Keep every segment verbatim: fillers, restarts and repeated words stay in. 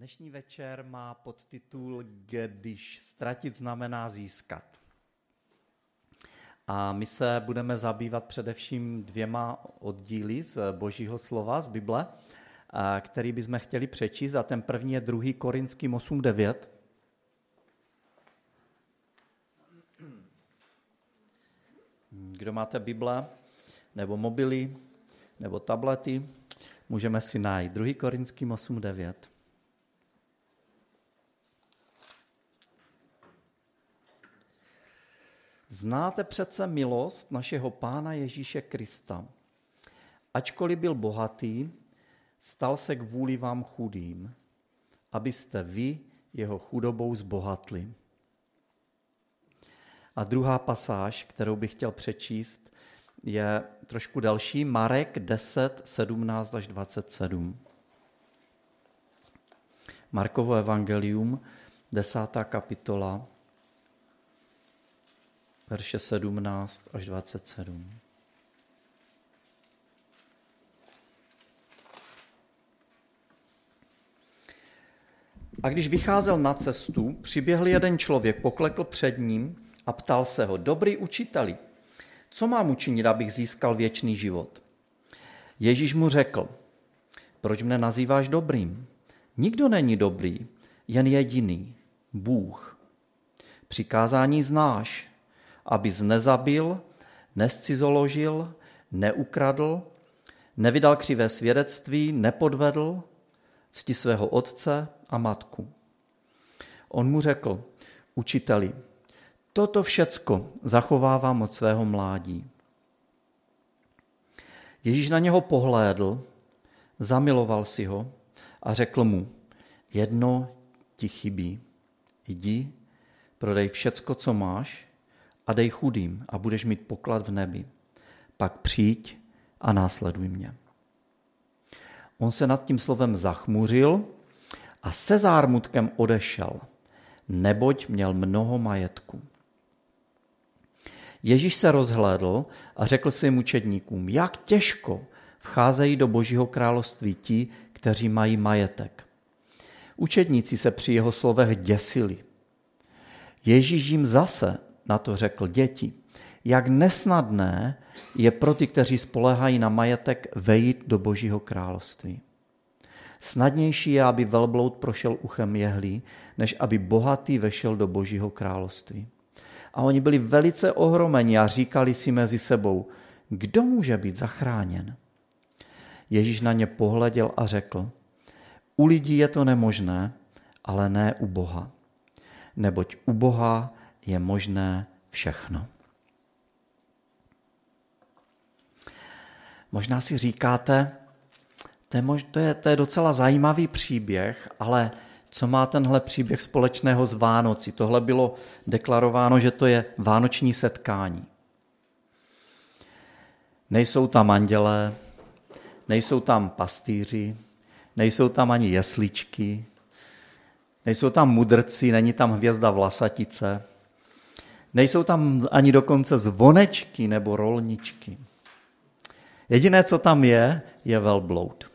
Dnešní večer má podtitul Když ztratit znamená získat. A my se budeme zabývat především dvěma oddíly z Božího slova, z Bible, který bychom chtěli přečíst. A ten první je druhý Korinským osm devět. Kdo máte Bible, nebo mobily, nebo tablety, můžeme si najít. druhý Korinským osm devět. Znáte přece milost našeho Pána Ježíše Krista. Ačkoliv byl bohatý, stal se k vůli vám chudým, abyste vy jeho chudobou zbohatli. A druhá pasáž, kterou bych chtěl přečíst, je trošku delší. Marek deset, sedmnáct až dvacet sedm. Markovo evangelium, desátá kapitola, verše sedmnáct až dvacet sedm. A když vycházel na cestu, přiběhl jeden člověk, poklekl před ním a ptal se ho: Dobrý učiteli, co mám učinit, abych získal věčný život? Ježíš mu řekl: Proč mne nazýváš dobrým? Nikdo není dobrý, jen jediný, Bůh. Přikázání znáš, abys nezabil, nescizoložil, neukradl, nevydal křivé svědectví, nepodvedl, cti svého otce a matku. On mu řekl: Učiteli, toto všecko zachovávám od svého mládí. Ježíš na něho pohlédl, zamiloval si ho a řekl mu: Jedno ti chybí. Jdi, prodej všecko, co máš, a dej chudým a budeš mít poklad v nebi. Pak přijď a následuj mě. On se nad tím slovem zachmuřil a se zármutkem odešel, neboť měl mnoho majetku. Ježíš se rozhlédl a řekl svým učedníkům: Jak těžko vcházejí do Božího království ti, kteří mají majetek. Učedníci se při jeho slovech děsili. Ježíš jim zase na to řekl: Děti, jak nesnadné je pro ty, kteří spoléhají na majetek, vejít do Božího království. Snadnější je, aby velbloud prošel uchem jehlí, než aby bohatý vešel do Božího království. A oni byli velice ohromeni a říkali si mezi sebou: Kdo může být zachráněn? Ježíš na ně pohleděl a řekl: U lidí je to nemožné, ale ne u Boha. Neboť u Boha je možné všechno. Možná si říkáte, to je, mož, to, je, to je docela zajímavý příběh, ale co má tenhle příběh společného s Vánoci? Tohle bylo deklarováno, že to je vánoční setkání. Nejsou tam andělé, nejsou tam pastýři, nejsou tam ani jesličky, nejsou tam mudrci, není tam hvězda vlasatice, nejsou tam ani dokonce zvonečky nebo rolničky. Jediné, co tam je, je velbloud.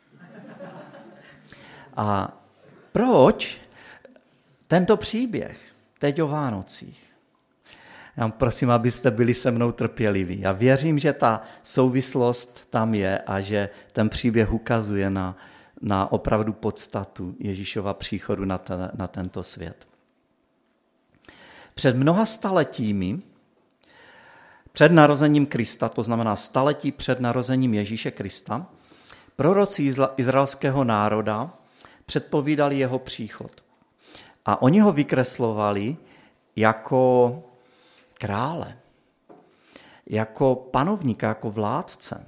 A proč tento příběh teď o Vánocích? Já prosím, abyste byli se mnou trpěliví. Já věřím, že ta souvislost tam je a že ten příběh ukazuje na, na opravdu podstatu Ježíšova příchodu na, ten, na tento svět. Před mnoha staletími, před narozením Krista, to znamená staletí před narozením Ježíše Krista, proroci izraelského národa předpovídali jeho příchod. A oni ho vykreslovali jako krále, jako panovníka, jako vládce.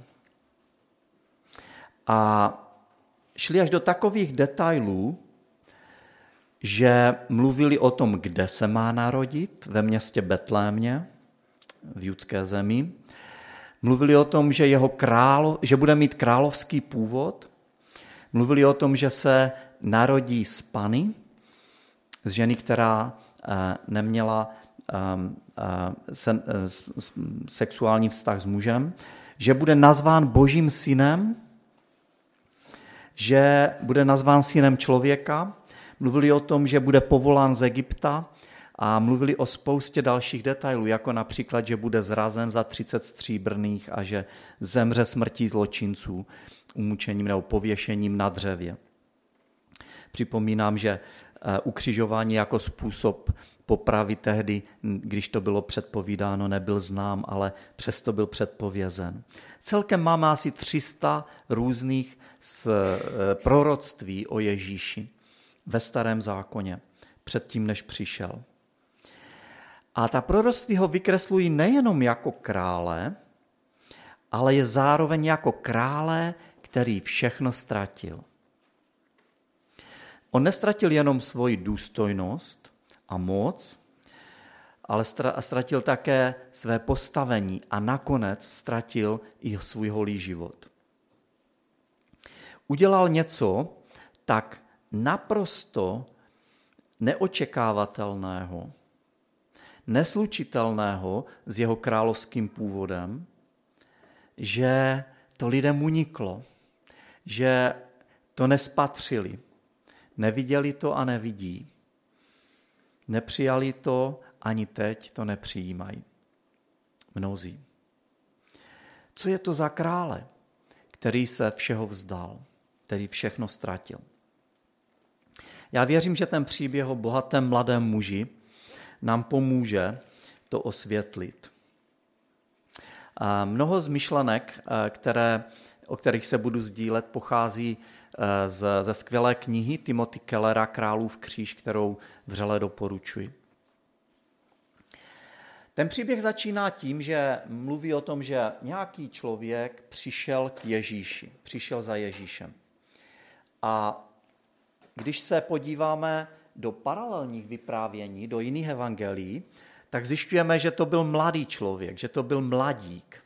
A šli až do takových detailů, že mluvili o tom, kde se má narodit, ve městě Betlémě, v judské zemi. Mluvili o tom, že, jeho králo, že bude mít královský původ. Mluvili o tom, že se narodí z Pany, z ženy, která neměla sexuální vztah s mužem, že bude nazván Božím synem, že bude nazván synem člověka, mluvili o tom, že bude povolán z Egypta a mluvili o spoustě dalších detailů, jako například, že bude zrazen za třicet stříbrných a že zemře smrtí zločinců umučením nebo pověšením na dřevě. Připomínám, že ukřižování jako způsob popravy tehdy, když to bylo předpovídáno, nebyl znám, ale přesto byl předpovězen. Celkem máme asi tři sta různých proroctví o Ježíši ve Starém zákoně, předtím, než přišel. A ta proroctví ho vykreslují nejenom jako krále, ale je zároveň jako krále, který všechno ztratil. On nestratil jenom svoji důstojnost a moc, ale ztratil také své postavení a nakonec ztratil i svůj holý život. Udělal něco tak naprosto neočekávatelného, neslučitelného s jeho královským původem, že to lidem uniklo, že to nespatřili, neviděli to a nevidí. Nepřijali to, ani teď to nepřijímají. Mnozí. Co je to za krále, který se všeho vzdal, který všechno ztratil? Já věřím, že ten příběh o bohatém mladém muži nám pomůže to osvětlit. A mnoho z myšlenek, které, o kterých se budu sdílet, pochází z, ze skvělé knihy Timothy Kellera Králův kříž, kterou vřele doporučuji. Ten příběh začíná tím, že mluví o tom, že nějaký člověk přišel k Ježíši, přišel za Ježíšem. A když se podíváme do paralelních vyprávění, do jiných evangelií, tak zjišťujeme, že to byl mladý člověk, že to byl mladík.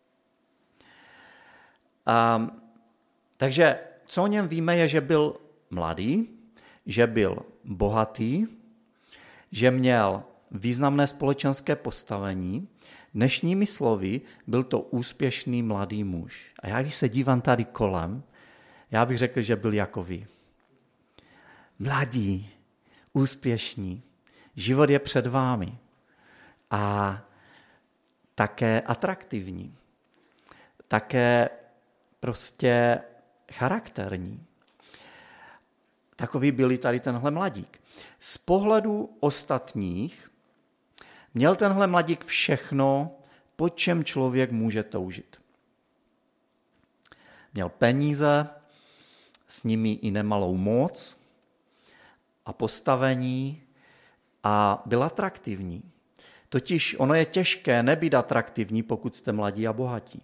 A, takže co o něm víme, je, že byl mladý, že byl bohatý, že měl významné společenské postavení. Dnešními slovy byl to úspěšný mladý muž. A já, když se dívám tady kolem, já bych řekl, že byl jako vy. Mladí, úspěšní, život je před vámi a také atraktivní, také prostě charakterní. Takový byl tady tenhle mladík. Z pohledu ostatních měl tenhle mladík všechno, po čem člověk může toužit. Měl peníze, s nimi i nemalou moc a postavení a byl atraktivní. Totiž ono je těžké nebýt atraktivní, pokud jste mladí a bohatí.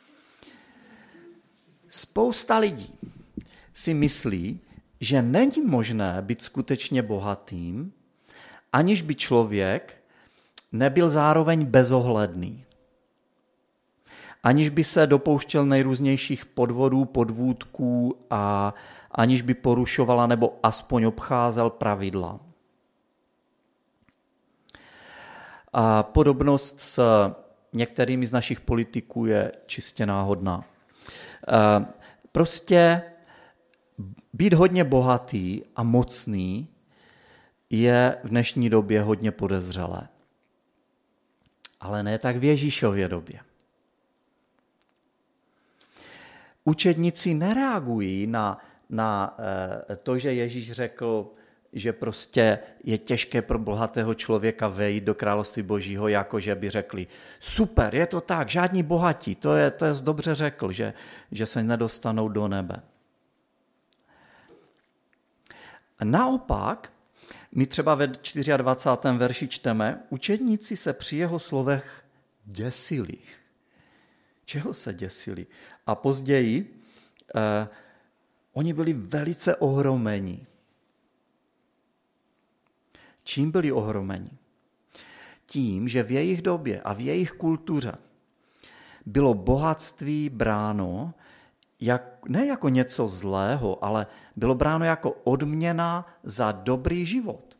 Spousta lidí si myslí, že není možné být skutečně bohatým, aniž by člověk nebyl zároveň bezohledný. Aniž by se dopouštěl nejrůznějších podvodů, podvůdků a aniž by porušovala nebo aspoň obcházel pravidla. A podobnost s některými z našich politiků je čistě náhodná. Prostě být hodně bohatý a mocný je v dnešní době hodně podezřelé. Ale ne tak v Ježíšově době. Učedníci nereagují na, na to, že Ježíš řekl, že prostě je těžké pro bohatého člověka vejít do království Božího, jako že by řekli, super, je to tak, žádní bohatí, to je, to je dobře řekl, že, že se nedostanou do nebe. Naopak, my třeba ve dvacátém čtvrtém verši čteme, učedníci se při jeho slovech děsili. Čeho se děsili? A později eh, oni byli velice ohromeni. Čím byli ohromeni? Tím, že v jejich době a v jejich kultuře bylo bohatství bráno jak, ne jako něco zlého, ale bylo bráno jako odměna za dobrý život.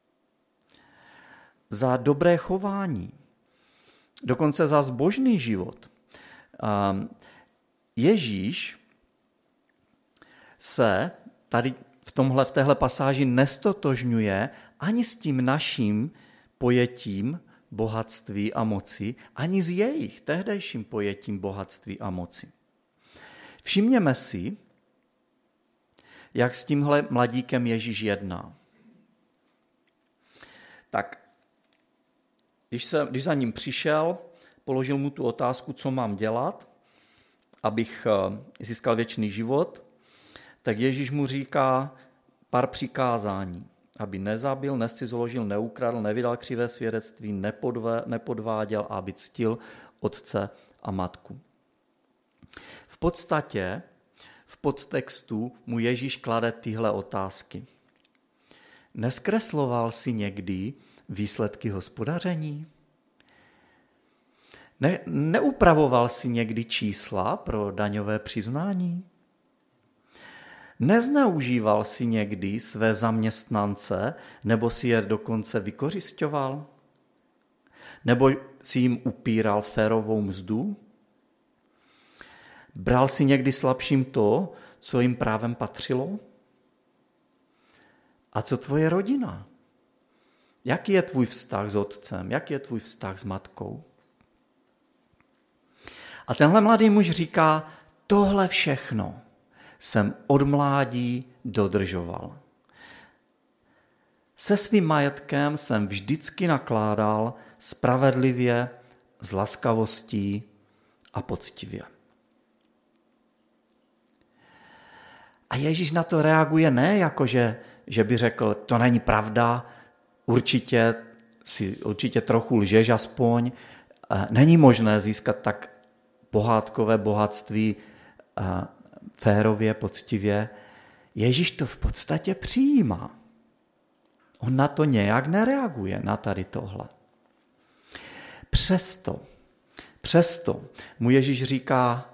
Za dobré chování. Dokonce za zbožný život. Ježíš se tady v tomhle, v téhle pasáži nestotožňuje ani s tím naším pojetím bohatství a moci, ani s jejich tehdejším pojetím bohatství a moci. Všimněme si, jak s tímhle mladíkem Ježíš jedná. Tak, když, se, když za ním přišel, položil mu tu otázku, co mám dělat, abych získal věčný život, tak Ježíš mu říká pár přikázání, aby nezabil, nezcizoložil, neukradl, nevydal křivé svědectví, nepodve, nepodváděl a aby ctil otce a matku. V podstatě, v podtextu mu Ježíš klade tyhle otázky. Neskresloval si někdy výsledky hospodaření? Ne, neupravoval si někdy čísla pro daňové přiznání? Nezneužíval si někdy své zaměstnance, nebo si je dokonce vykořisťoval? Nebo si jim upíral férovou mzdu? Bral si někdy slabším to, co jim právem patřilo? A co tvoje rodina? Jaký je tvůj vztah s otcem? Jaký je tvůj vztah s matkou? A tenhle mladý muž říká, tohle všechno jsem od mládí dodržoval. Se svým majetkem jsem vždycky nakládal spravedlivě, s laskavostí a poctivě. A Ježíš na to reaguje ne jako, že, že by řekl, to není pravda, určitě, si, určitě trochu lžeš aspoň, není možné získat tak pohádkové bohatství férově, poctivě. Ježíš to v podstatě přijímá. On na to nějak nereaguje, na tady tohle. Přesto, přesto mu Ježíš říká,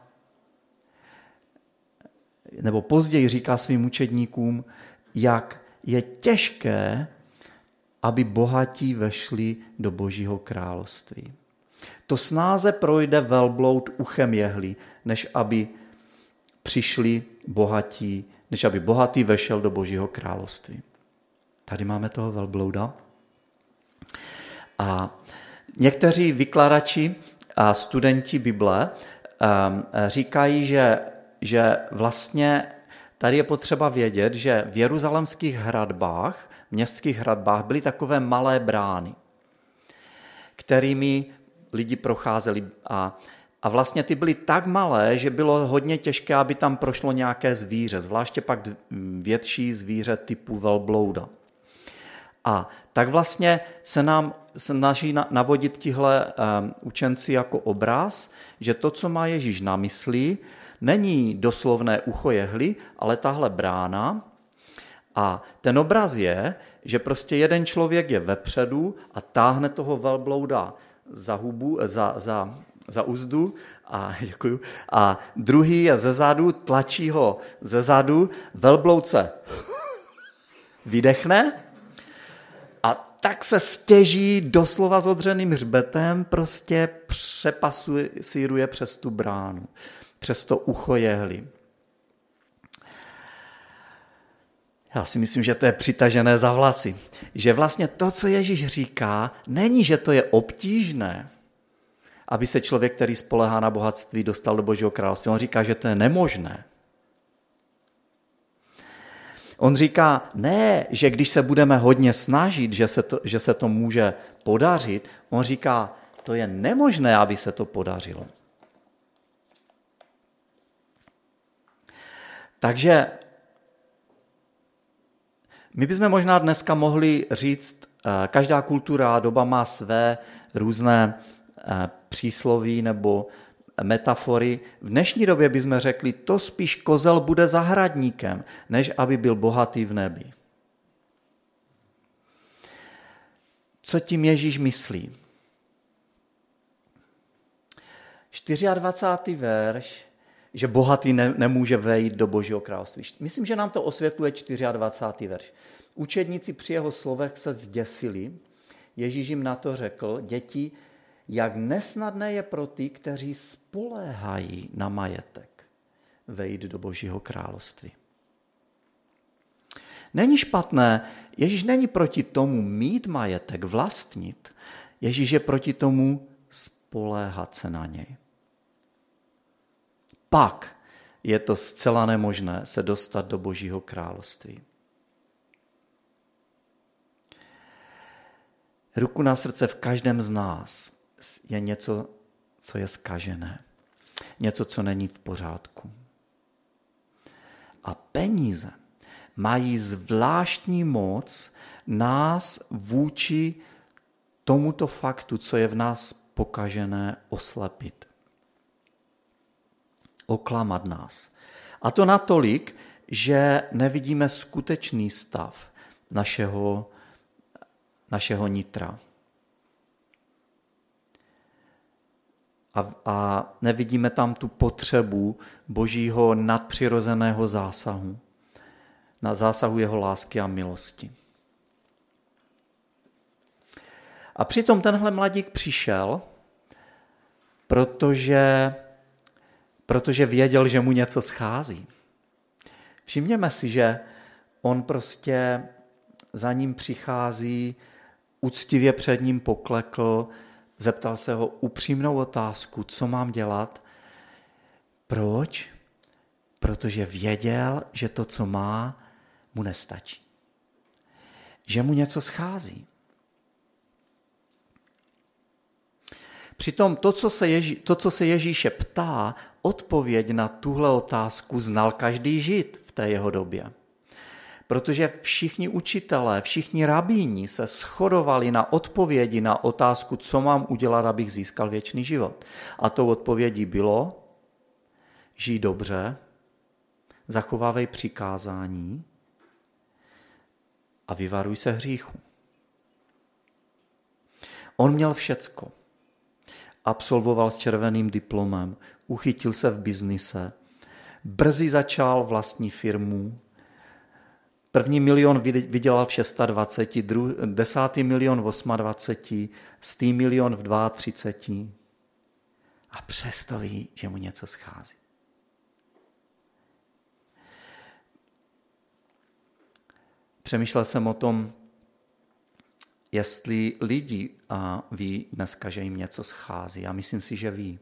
nebo později říká svým učedníkům, jak je těžké, aby bohatí vešli do Božího království. To snáze projde velbloud uchem jehly, než aby přišli bohatí, než aby bohatý vešel do Božího království. Tady máme toho velblouda. A někteří vykladači a studenti Bible říkají, že, že vlastně tady je potřeba vědět, že v jeruzalemských hradbách, městských hradbách byly takové malé brány, kterými lidi procházeli a, a vlastně ty byly tak malé, že bylo hodně těžké, aby tam prošlo nějaké zvíře, zvláště pak větší zvíře typu velblouda. A tak vlastně se nám snaží navodit tihle um, učenci jako obraz, že to, co má Ježíš na mysli, není doslovné ucho jehly, ale tahle brána. A ten obraz je, že prostě jeden člověk je vepředu a táhne toho velblouda za hubu, za, za, za uzdu a, děkuju, a druhý je zezadu, tlačí ho zezadu, velbloud se vydechne a tak se stěží doslova s odřeným hřbetem, prostě přepasíruje přes tu bránu, přes to ucho jehly. Já si myslím, že to je přitažené za vlasy. Že vlastně to, co Ježíš říká, není, že to je obtížné, aby se člověk, který spolehá na bohatství, dostal do Božího království. On říká, že to je nemožné. On říká, ne, že když se budeme hodně snažit, že se to, že se to může podařit. On říká, to je nemožné, aby se to podařilo. Takže my bychom možná dneska mohli říct, každá kultura a doba má své různé přísloví nebo metafory. V dnešní době bychom řekli, to spíš kozel bude zahradníkem, než aby byl bohatý v nebi. Co tím Ježíš myslí? dvacátý čtvrtý verš, že bohatý ne, nemůže vejít do Božího království. Myslím, že nám to osvětluje dvacátý čtvrtý verš. Učedníci při jeho slovech se zděsili. Ježíš jim na to řekl, děti, jak nesnadné je pro ty, kteří spoléhají na majetek, vejít do Božího království. Není špatné, Ježíš není proti tomu mít majetek, vlastnit. Ježíš je proti tomu spoléhat se na něj. Pak je to zcela nemožné se dostat do Božího království. Ruku na srdce, v každém z nás je něco, co je zkažené. Něco, co není v pořádku. A peníze mají zvláštní moc nás vůči tomuto faktu, co je v nás pokažené, oslepit. Oklamat nás. A to natolik, že nevidíme skutečný stav našeho, našeho nitra. A, a nevidíme tam tu potřebu Božího nadpřirozeného zásahu. Na zásahu jeho lásky a milosti. A přitom tenhle mladík přišel, protože, protože věděl, že mu něco schází. Všimněme si, že on prostě za ním přichází, úctivě před ním poklekl, zeptal se ho upřímnou otázku, co mám dělat. Proč? Protože věděl, že to, co má, mu nestačí. Že mu něco schází. Přitom to, co se, Ježí, to, co se Ježíše ptá, odpověď na tuhle otázku znal každý Žid v té jeho době. Protože všichni učitelé, všichni rabíni se shodovali na odpovědi na otázku, co mám udělat, abych získal věčný život. A tou odpovědí bylo, žij dobře, zachovávej přikázání a vyvaruj se hříchu. On měl všecko. Absolvoval s červeným diplomem, uchytil se v biznise, brzy začal vlastní firmu, první milion vydělal v dvaceti šesti, desátý milion v dvaceti osmi, stý milion v třiceti dvou a přesto ví, že mu něco schází. Přemýšlel jsem o tom, jestli lidi a ví dneska, že jim něco schází. A myslím si, že ví.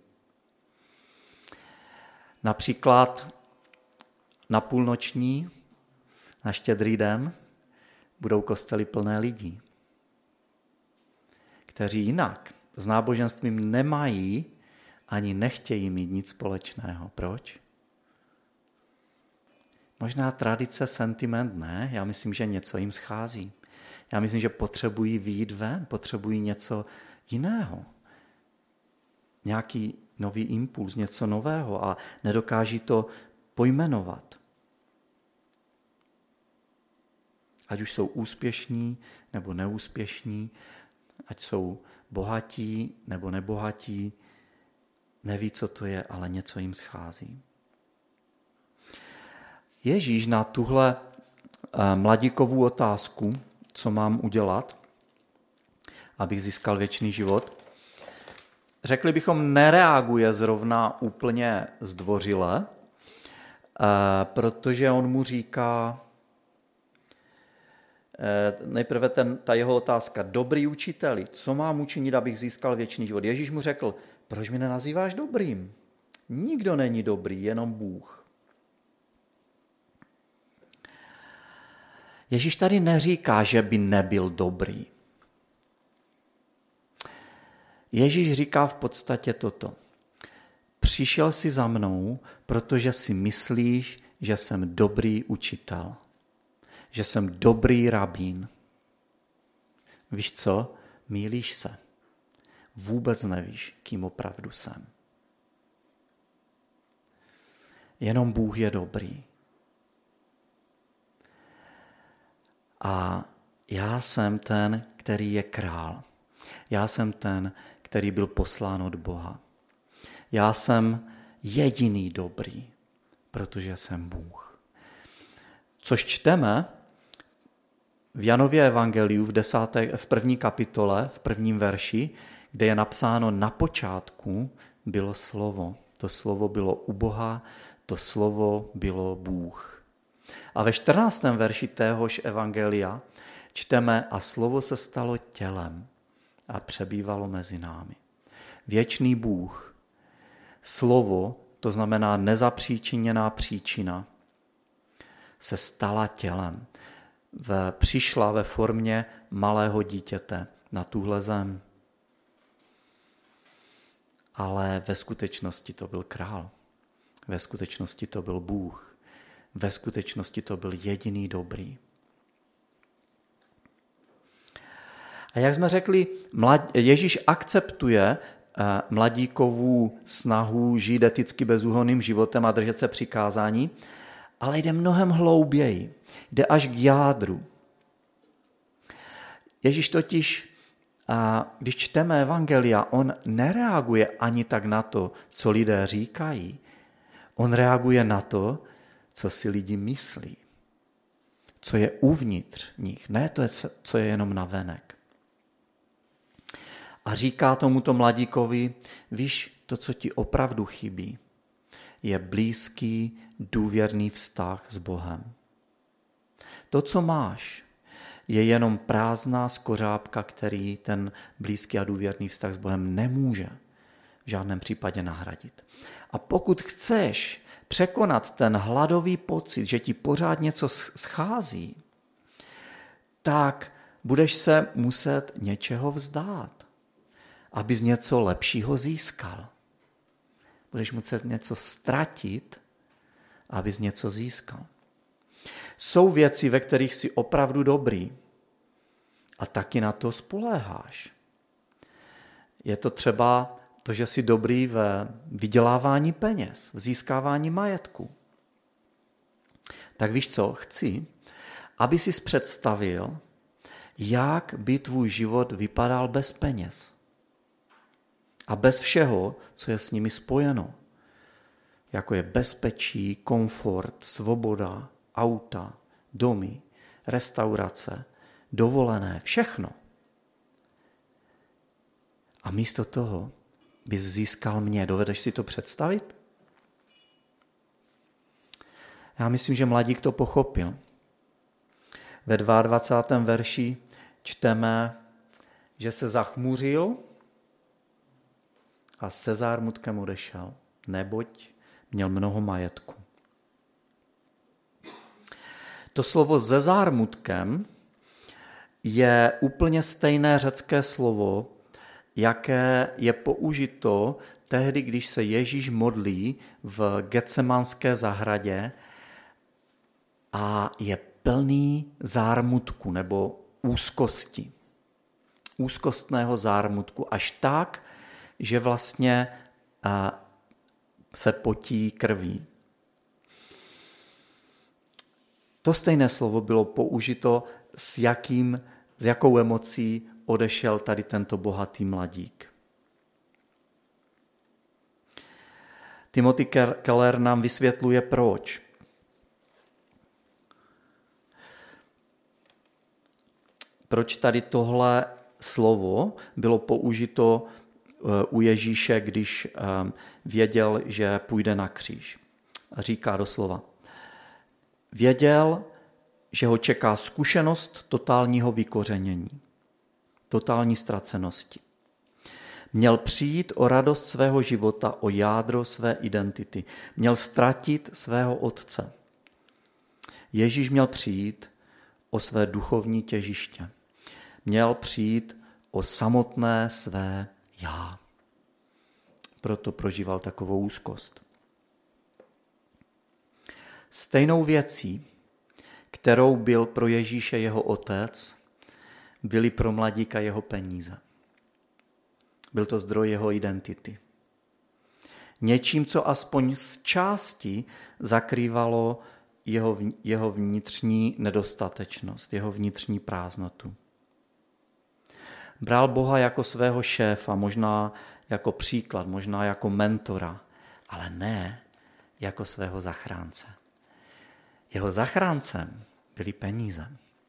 Například na půlnoční, na Štědrý den, budou kostely plné lidí, kteří jinak s náboženstvím nemají ani nechtějí mít nic společného. Proč? Možná tradice, sentiment, ne. Já myslím, že něco jim schází. Já myslím, že potřebují vyjít ven, potřebují něco jiného. Nějaký nový impuls, něco nového a nedokáží to pojmenovat. Ať už jsou úspěšní nebo neúspěšní, ať jsou bohatí nebo nebohatí, neví, co to je, ale něco jim schází. Ježíš na tuhle mladíkovou otázku, co mám udělat, abych získal věčný život, řekli bychom, nereaguje zrovna úplně zdvořile, protože on mu říká, nejprve ten, ta jeho otázka, dobrý učiteli, co mám učinit, abych získal věčný život? Ježíš mu řekl, proč mě nenazýváš dobrým? Nikdo není dobrý, jenom Bůh. Ježíš tady neříká, že by nebyl dobrý. Ježíš říká v podstatě toto. Přišel jsi za mnou, protože si myslíš, že jsem dobrý učitel. Že jsem dobrý rabín. Víš co? Mýlíš se. Vůbec nevíš, kým opravdu jsem. Jenom Bůh je dobrý. A já jsem ten, který je král. Já jsem ten, který byl poslán od Boha. Já jsem jediný dobrý, protože jsem Bůh. Což čteme v Janově evangeliu v, desáté, v první kapitole, v prvním verši, kde je napsáno, na počátku bylo slovo. To slovo bylo u Boha, to slovo bylo Bůh. A ve čtrnáctém verši téhož evangelia čteme: a slovo se stalo tělem a přebývalo mezi námi. Věčný Bůh, slovo, to znamená nezapříčiněná příčina, se stala tělem. V, přišla ve formě malého dítěte na tuhle zem. Ale ve skutečnosti to byl král. Ve skutečnosti to byl Bůh. Ve skutečnosti to byl jediný dobrý. A jak jsme řekli, Ježíš akceptuje mladíkovu snahu žít eticky bezúhonným životem a držet se přikázání, ale jde mnohem hlouběji. Jde až k jádru. Ježíš totiž, když čteme evangelia, on nereaguje ani tak na to, co lidé říkají. On reaguje na to, co si lidi myslí. Co je uvnitř nich, ne to, co je jenom navenek. A říká tomuto mladíkovi: víš, to, co ti opravdu chybí, je blízký, důvěrný vztah s Bohem. To, co máš, je jenom prázdná skořápka, který ten blízký a důvěrný vztah s Bohem nemůže v žádném případě nahradit. A pokud chceš překonat ten hladový pocit, že ti pořád něco schází, tak budeš se muset něčeho vzdát, abys něco lepšího získal. Budeš muset něco ztratit, abys něco získal. Jsou věci, ve kterých jsi opravdu dobrý a taky na to spoléháš. Je to třeba to, že jsi dobrý ve vydělávání peněz, v získávání majetku. Tak víš co, chci, aby jsi představil, jak by tvůj život vypadal bez peněz. A bez všeho, co je s nimi spojeno. Jako je bezpečí, komfort, svoboda, auta, domy, restaurace, dovolené, všechno. A místo toho bys získal mě. Dovedeš si to představit? Já myslím, že mladík to pochopil. Ve dvacátém druhém verši čteme, že se zachmuřil a se zármutkem odešel, neboť měl mnoho majetku. To slovo se zármutkem je úplně stejné řecké slovo, jaké je použito tehdy, když se Ježíš modlí v Getsemanské zahradě a je plný zármutku nebo úzkosti. Úzkostného zármutku až tak, že vlastně se potí krví. To stejné slovo bylo použito, s, jakým, s jakou emocí odešel tady tento bohatý mladík. Timothy Keller nám vysvětluje, proč. Proč tady tohle slovo bylo použito u Ježíše, když věděl, že půjde na kříž. Říká doslova: věděl, že ho čeká zkušenost totálního vykořenění, totální ztracenosti. Měl přijít o radost svého života, o jádro své identity. Měl ztratit svého otce. Ježíš měl přijít o své duchovní těžiště. Měl přijít o samotné své já. Proto prožíval takovou úzkost. Stejnou věcí, kterou byl pro Ježíše jeho otec, byly pro mladíka jeho peníze. Byl to zdroj jeho identity. Něčím, co aspoň z části zakrývalo jeho, jeho vnitřní nedostatečnost, jeho vnitřní prázdnotu. Bral Boha jako svého šéfa, možná jako příklad, možná jako mentora, ale ne jako svého zachránce. Jeho zachráncem byly peníze.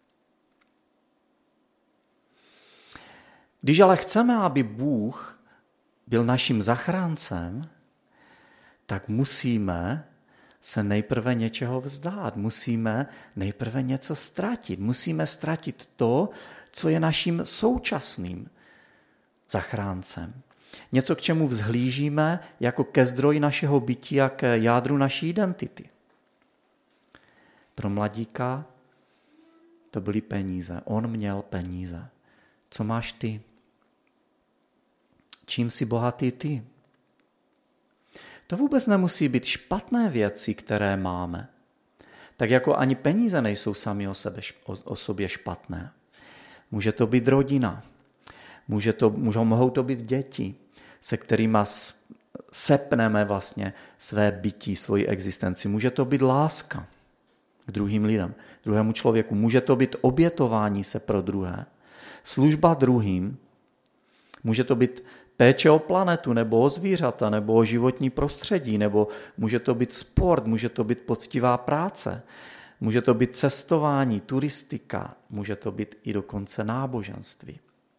Když ale chceme, aby Bůh byl naším zachráncem, tak musíme se nejprve něčeho vzdát. Musíme nejprve něco ztratit. Musíme ztratit to, co je naším současným zachráncem. Něco, k čemu vzhlížíme jako ke zdroji našeho bytí a k jádru naší identity. Pro mladíka to byly peníze. On měl peníze. Co máš ty? Čím jsi bohatý ty? To vůbec nemusí být špatné věci, které máme. Tak jako ani peníze nejsou sami o, sebe, o, o sobě špatné. Může to být rodina. Může to, můžou, mohou to být děti, se kterými sepneme vlastně své bytí, svoji existenci. Může to být láska k druhým lidem, druhému člověku. Může to být obětování se pro druhé. Služba druhým. Může to být péče o planetu, nebo o zvířata, nebo o životní prostředí, nebo může to být sport, může to být poctivá práce, může to být cestování, turistika, může to být i dokonce náboženství.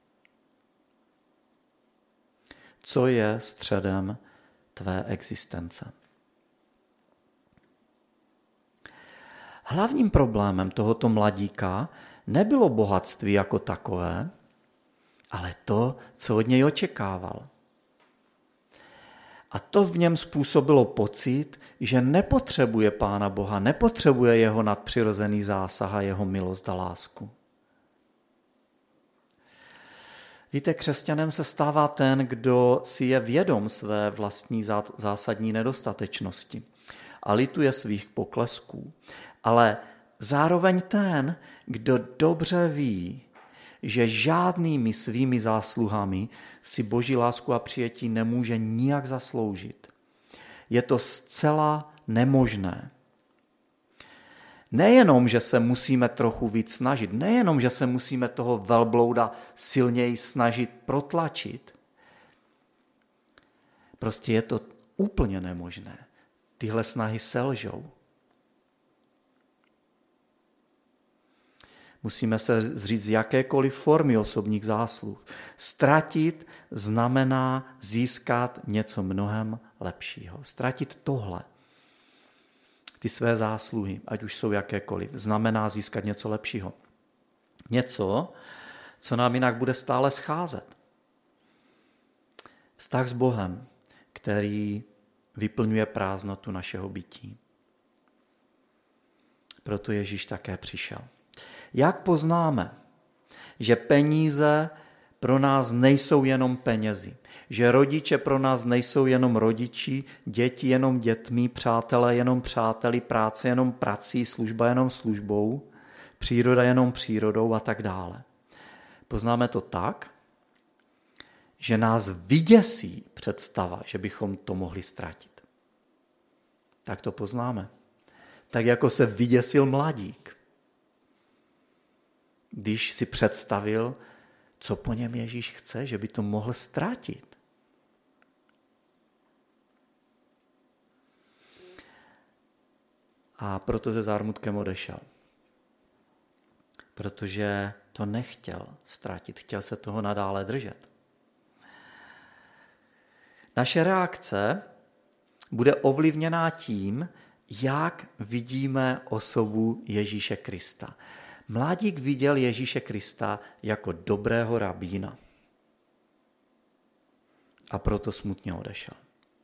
Co je středem tvé existence? Hlavním problémem tohoto mladíka nebylo bohatství jako takové, ale to, co od něj očekával. A to v něm způsobilo pocit, že nepotřebuje Pána Boha, nepotřebuje jeho nadpřirozený zásah a jeho milost a lásku. Víte, křesťanem se stává ten, kdo si je vědom své vlastní zásadní nedostatečnosti a lituje svých poklesků, ale zároveň ten, kdo dobře ví, že žádnými svými zásluhami si Boží lásku a přijetí nemůže nijak zasloužit. Je to zcela nemožné. Nejenom, že se musíme trochu víc snažit, nejenom, že se musíme toho velblouda silněji snažit protlačit, prostě je to úplně nemožné. Tyhle snahy selžou. Musíme se zříct z jakékoliv formy osobních zásluh. Ztratit znamená získat něco mnohem lepšího. Ztratit tohle, ty své zásluhy, ať už jsou jakékoliv, znamená získat něco lepšího. Něco, co nám jinak bude stále scházet. Vztah s Bohem, který vyplňuje prázdnotu našeho bytí. Proto Ježíš také přišel. Jak poznáme, že peníze pro nás nejsou jenom penězi, že rodiče pro nás nejsou jenom rodiči, děti jenom dětmi, přátelé jenom přáteli, práce jenom prací, služba jenom službou, příroda jenom přírodou a tak dále. Poznáme to tak, že nás vyděsí představa, že bychom to mohli ztratit. Tak to poznáme. Tak jako se vyděsil mladík, když si představil, co po něm Ježíš chce, že by to mohl ztratit. A proto se zármutkem odešel. Protože to nechtěl ztratit, chtěl se toho nadále držet. Naše reakce bude ovlivněná tím, jak vidíme osobu Ježíše Krista. Mladík viděl Ježíše Krista jako dobrého rabína. A proto smutně odešel.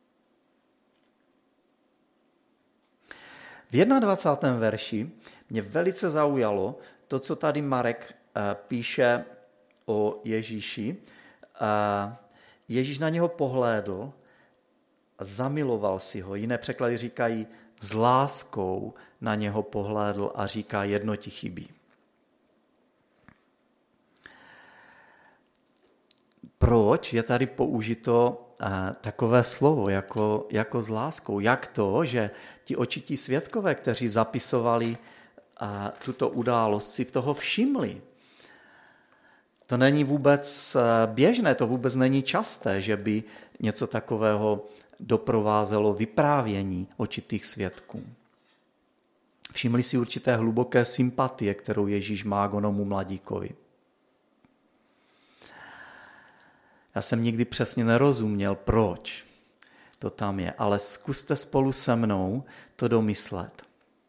V dvacátém prvním verši mě velice zaujalo to, co tady Marek píše o Ježíši. Ježíš na něho pohlédl a zamiloval si ho. Jiné překlady říkají, s láskou na něho pohlédl a říká, jedno ti chybí. Proč je tady použito takové slovo jako, jako s láskou? Jak to, že ti očití svědkové, kteří zapisovali tuto událost, si v toho všimli? To není vůbec běžné, to vůbec není časté, že by něco takového doprovázelo vyprávění očitých svědků. Všimli si určité hluboké sympatie, kterou Ježíš má k onomu mladíkovi. Já jsem nikdy přesně nerozuměl, proč to tam je. Ale zkuste spolu se mnou to domyslet.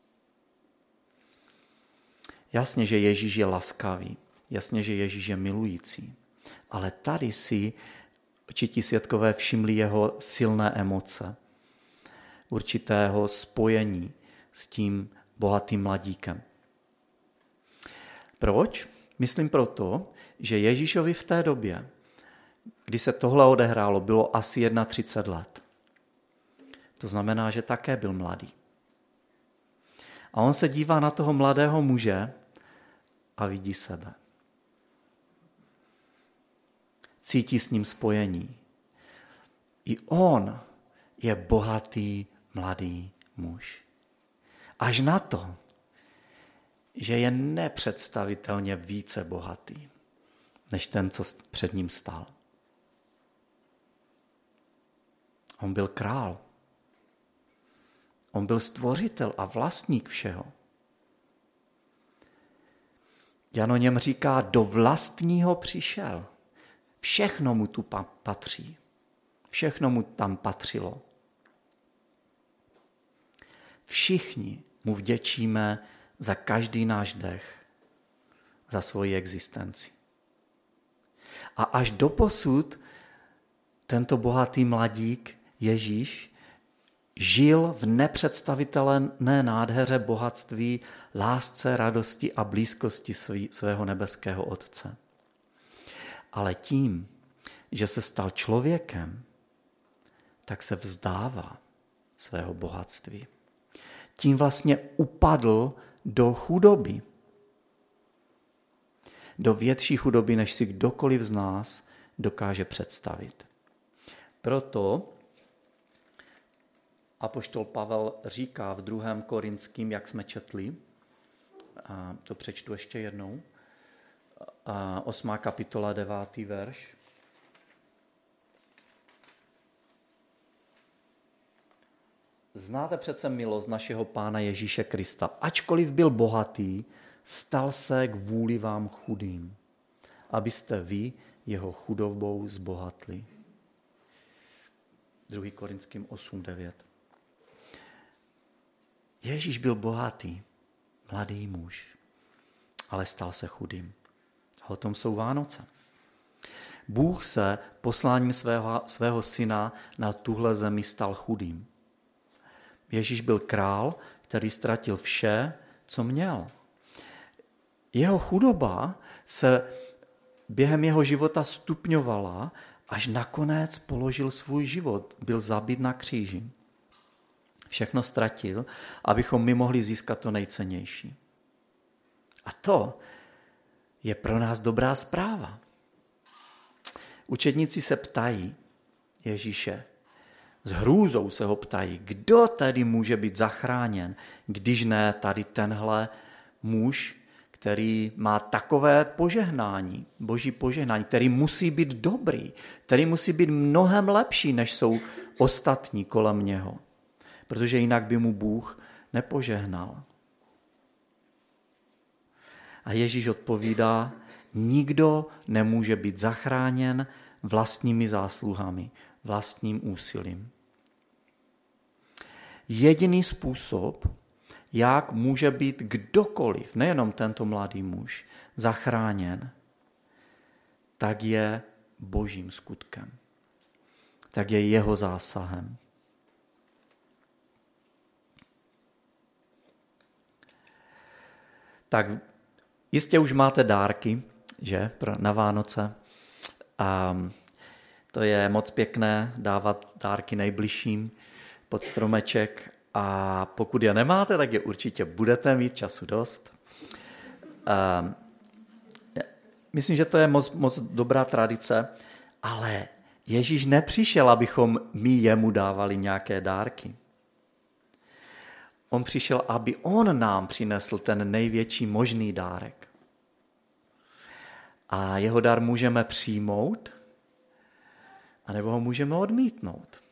Jasně, že Ježíš je laskavý. Jasně, že Ježíš je milující. Ale tady si určití svědkové všimli jeho silné emoce. Určitého spojení s tím bohatým mladíkem. Proč? Myslím proto, že Ježíšovi v té době, kdy se tohle odehrálo, bylo asi třicet jedna let. To znamená, že také byl mladý. A on se dívá na toho mladého muže a vidí sebe. Cítí s ním spojení. I on je bohatý mladý muž. Až na to, že je nepředstavitelně více bohatý, než ten, co před ním stál. On byl král. On byl stvořitel a vlastník všeho. Jan o něm říká, do vlastního přišel. Všechno mu tu patří. Všechno mu tam patřilo. Všichni mu vděčíme za každý náš dech, za svoji existenci. A až doposud tento bohatý mladík Ježíš žil v nepředstavitelné nádheře bohatství, lásce, radosti a blízkosti svého nebeského Otce. Ale tím, že se stal člověkem, tak se vzdává svého bohatství. Tím vlastně upadl do chudoby. Do větší chudoby, než si kdokoliv z nás dokáže představit. Proto apoštol Pavel říká v druhém Korinským, jak jsme četli, a to přečtu ještě jednou, a osmá kapitola, devátý verš. Znáte přece milost našeho Pána Ježíše Krista. Ačkoliv byl bohatý, stal se k vůli vám chudým, abyste vy jeho chudobou zbohatli. druhý Korinským osm devět. Ježíš byl bohatý, mladý muž, ale stal se chudým. O tom jsou Vánoce. Bůh se posláním svého, svého syna na tuhle zemi stal chudým. Ježíš byl král, který ztratil vše, co měl. Jeho chudoba se během jeho života stupňovala, až nakonec položil svůj život, byl zabit na kříži. Všechno ztratil, abychom my mohli získat to nejcennější. A to je pro nás dobrá zpráva. Učedníci se ptají Ježíše, s hrůzou se ho ptají, kdo tedy může být zachráněn, když ne tady tenhle muž, který má takové požehnání, boží požehnání, který musí být dobrý, který musí být mnohem lepší, než jsou ostatní kolem něho. Protože jinak by mu Bůh nepožehnal. A Ježíš odpovídá, nikdo nemůže být zachráněn vlastními zásluhami, vlastním úsilím. Jediný způsob, jak může být kdokoliv, nejenom tento mladý muž, zachráněn, tak je božím skutkem. Tak je jeho zásahem. Tak jistě už máte dárky, že, na Vánoce. A to je moc pěkné dávat dárky nejbližším pod stromeček. A pokud je nemáte, tak je určitě budete mít času dost. A myslím, že to je moc, moc dobrá tradice, ale Ježíš nepřišel, abychom my jemu dávali nějaké dárky. On přišel, aby on nám přinesl ten největší možný dárek. A jeho dar můžeme přijmout, anebo ho můžeme odmítnout.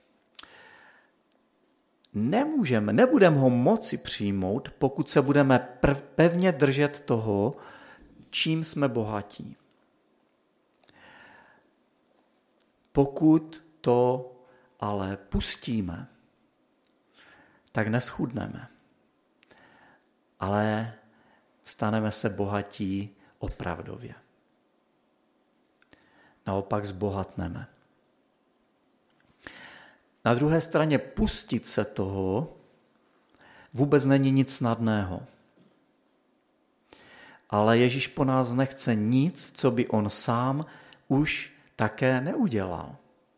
Nemůžeme, nebudeme ho moci přijmout, pokud se budeme prv, pevně držet toho, čím jsme bohatí. Pokud to ale pustíme, tak neschudneme, ale staneme se bohatí opravdově. Naopak zbohatneme. Na druhé straně pustit se toho vůbec není nic snadného. Ale Ježíš po nás nechce nic, co by on sám už také neudělal.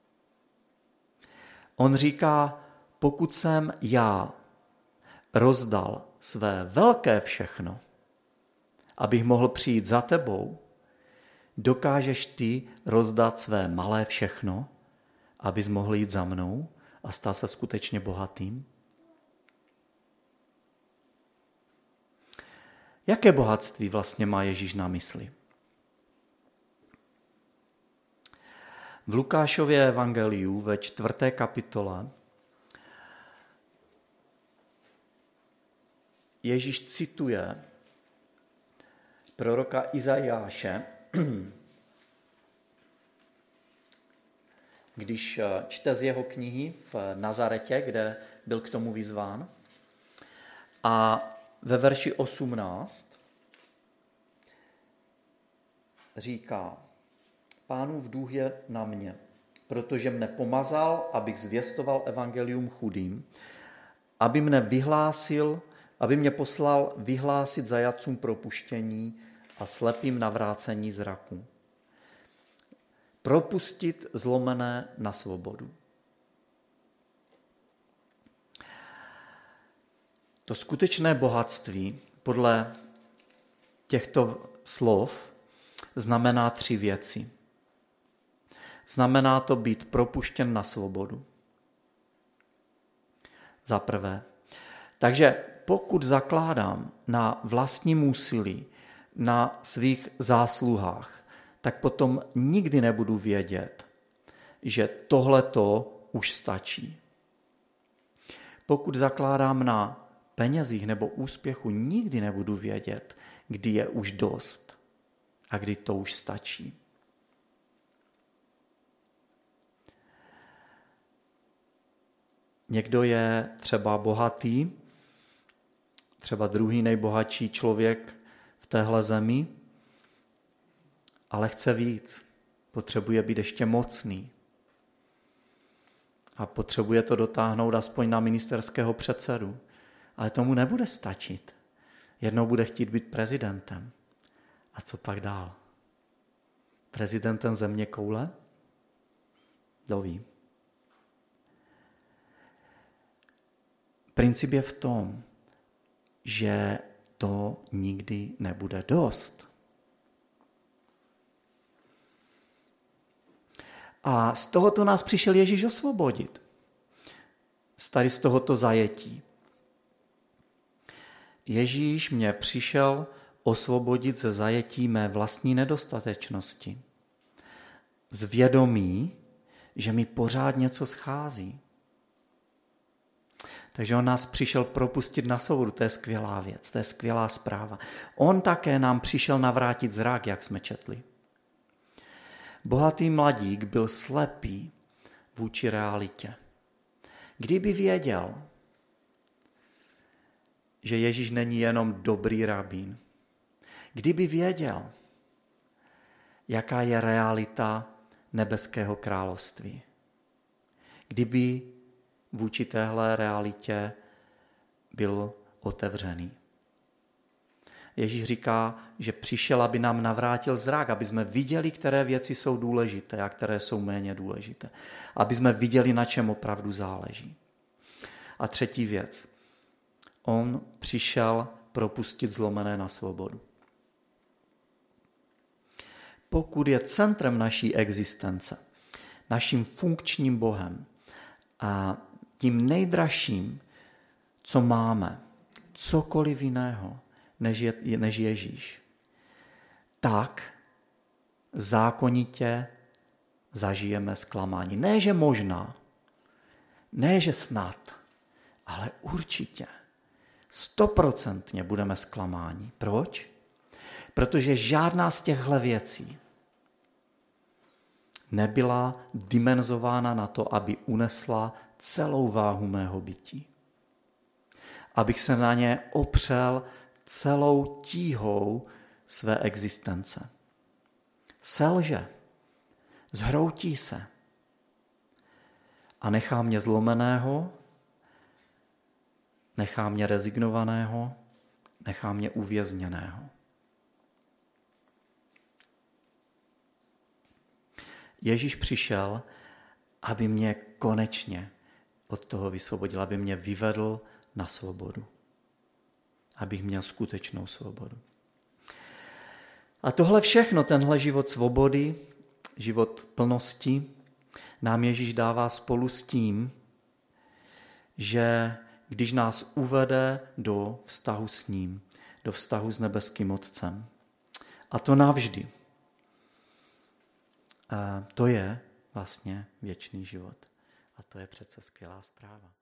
On říká, pokud jsem já rozdal své velké všechno, abych mohl přijít za tebou, dokážeš ty rozdat své malé všechno, abys mohl jít za mnou a stát se skutečně bohatým? Jaké bohatství vlastně má Ježíš na mysli? V Lukášově evangeliu ve čtvrté kapitole Ježíš cituje proroka Izajáše, když čte z jeho knihy v Nazaretě, kde byl k tomu vyzván. A ve verši osmnáct říká, Pánův duch je na mě, protože mne pomazal, abych zvěstoval evangelium chudým, aby mne vyhlásil, aby mě poslal vyhlásit zajatcům propuštění a slepým navrácení zraku. Propustit zlomené na svobodu. To skutečné bohatství podle těchto slov znamená tři věci. Znamená to být propuštěn na svobodu. Za prvé. Takže pokud zakládám na vlastním úsilí, na svých zásluhách, tak potom nikdy nebudu vědět, že tohleto už stačí. Pokud zakládám na penězích nebo úspěchu, nikdy nebudu vědět, kdy je už dost a kdy to už stačí. Někdo je třeba bohatý, třeba druhý nejbohatší člověk v téhle zemi, ale chce víc. Potřebuje být ještě mocný. A potřebuje to dotáhnout aspoň na ministerského předsedu. Ale tomu nebude stačit. Jednou bude chtít být prezidentem. A co pak dál? Prezidentem země koule? Kdo ví? Princip je v tom, že to nikdy nebude dost. A z tohoto nás přišel Ježíš osvobodit. Z tady z tohoto zajetí. Ježíš mě přišel osvobodit ze zajetí mé vlastní nedostatečnosti. Z vědomí, že mi pořád něco schází. Takže on nás přišel propustit na svobodu, to je skvělá věc, to je skvělá zpráva. On také nám přišel navrátit zrak, jak jsme četli. Bohatý mladík byl slepý vůči realitě. Kdyby věděl, že Ježíš není jenom dobrý rabín, kdyby věděl, jaká je realita nebeského království, kdyby vůči téhle realitě byl otevřený. Ježíš říká, že přišel, aby nám navrátil zrak, aby jsme viděli, které věci jsou důležité a které jsou méně důležité. Aby jsme viděli, na čem opravdu záleží. A třetí věc. On přišel propustit zlomené na svobodu. Pokud je centrem naší existence, naším funkčním Bohem a tím nejdražším, co máme, cokoliv jiného, než, je, než Ježíš, tak zákonitě zažijeme zklamání. Ne, že možná, ne, že snad, ale určitě, stoprocentně budeme zklamáni. Proč? Protože žádná z těchto věcí nebyla dimenzována na to, aby unesla celou váhu mého bytí. Abych se na ně opřel celou tíhou své existence. Selže, zhroutí se a nechá mě zlomeného, nechá mě rezignovaného, nechá mě uvězněného. Ježíš přišel, aby mě konečně od toho vysvobodil, aby mě vyvedl na svobodu. Abych měl skutečnou svobodu. A tohle všechno, tenhle život svobody, život plnosti, nám Ježíš dává spolu s tím, že když nás uvede do vztahu s ním, do vztahu s nebeským Otcem. A to navždy. A to je vlastně věčný život. A to je přece skvělá zpráva.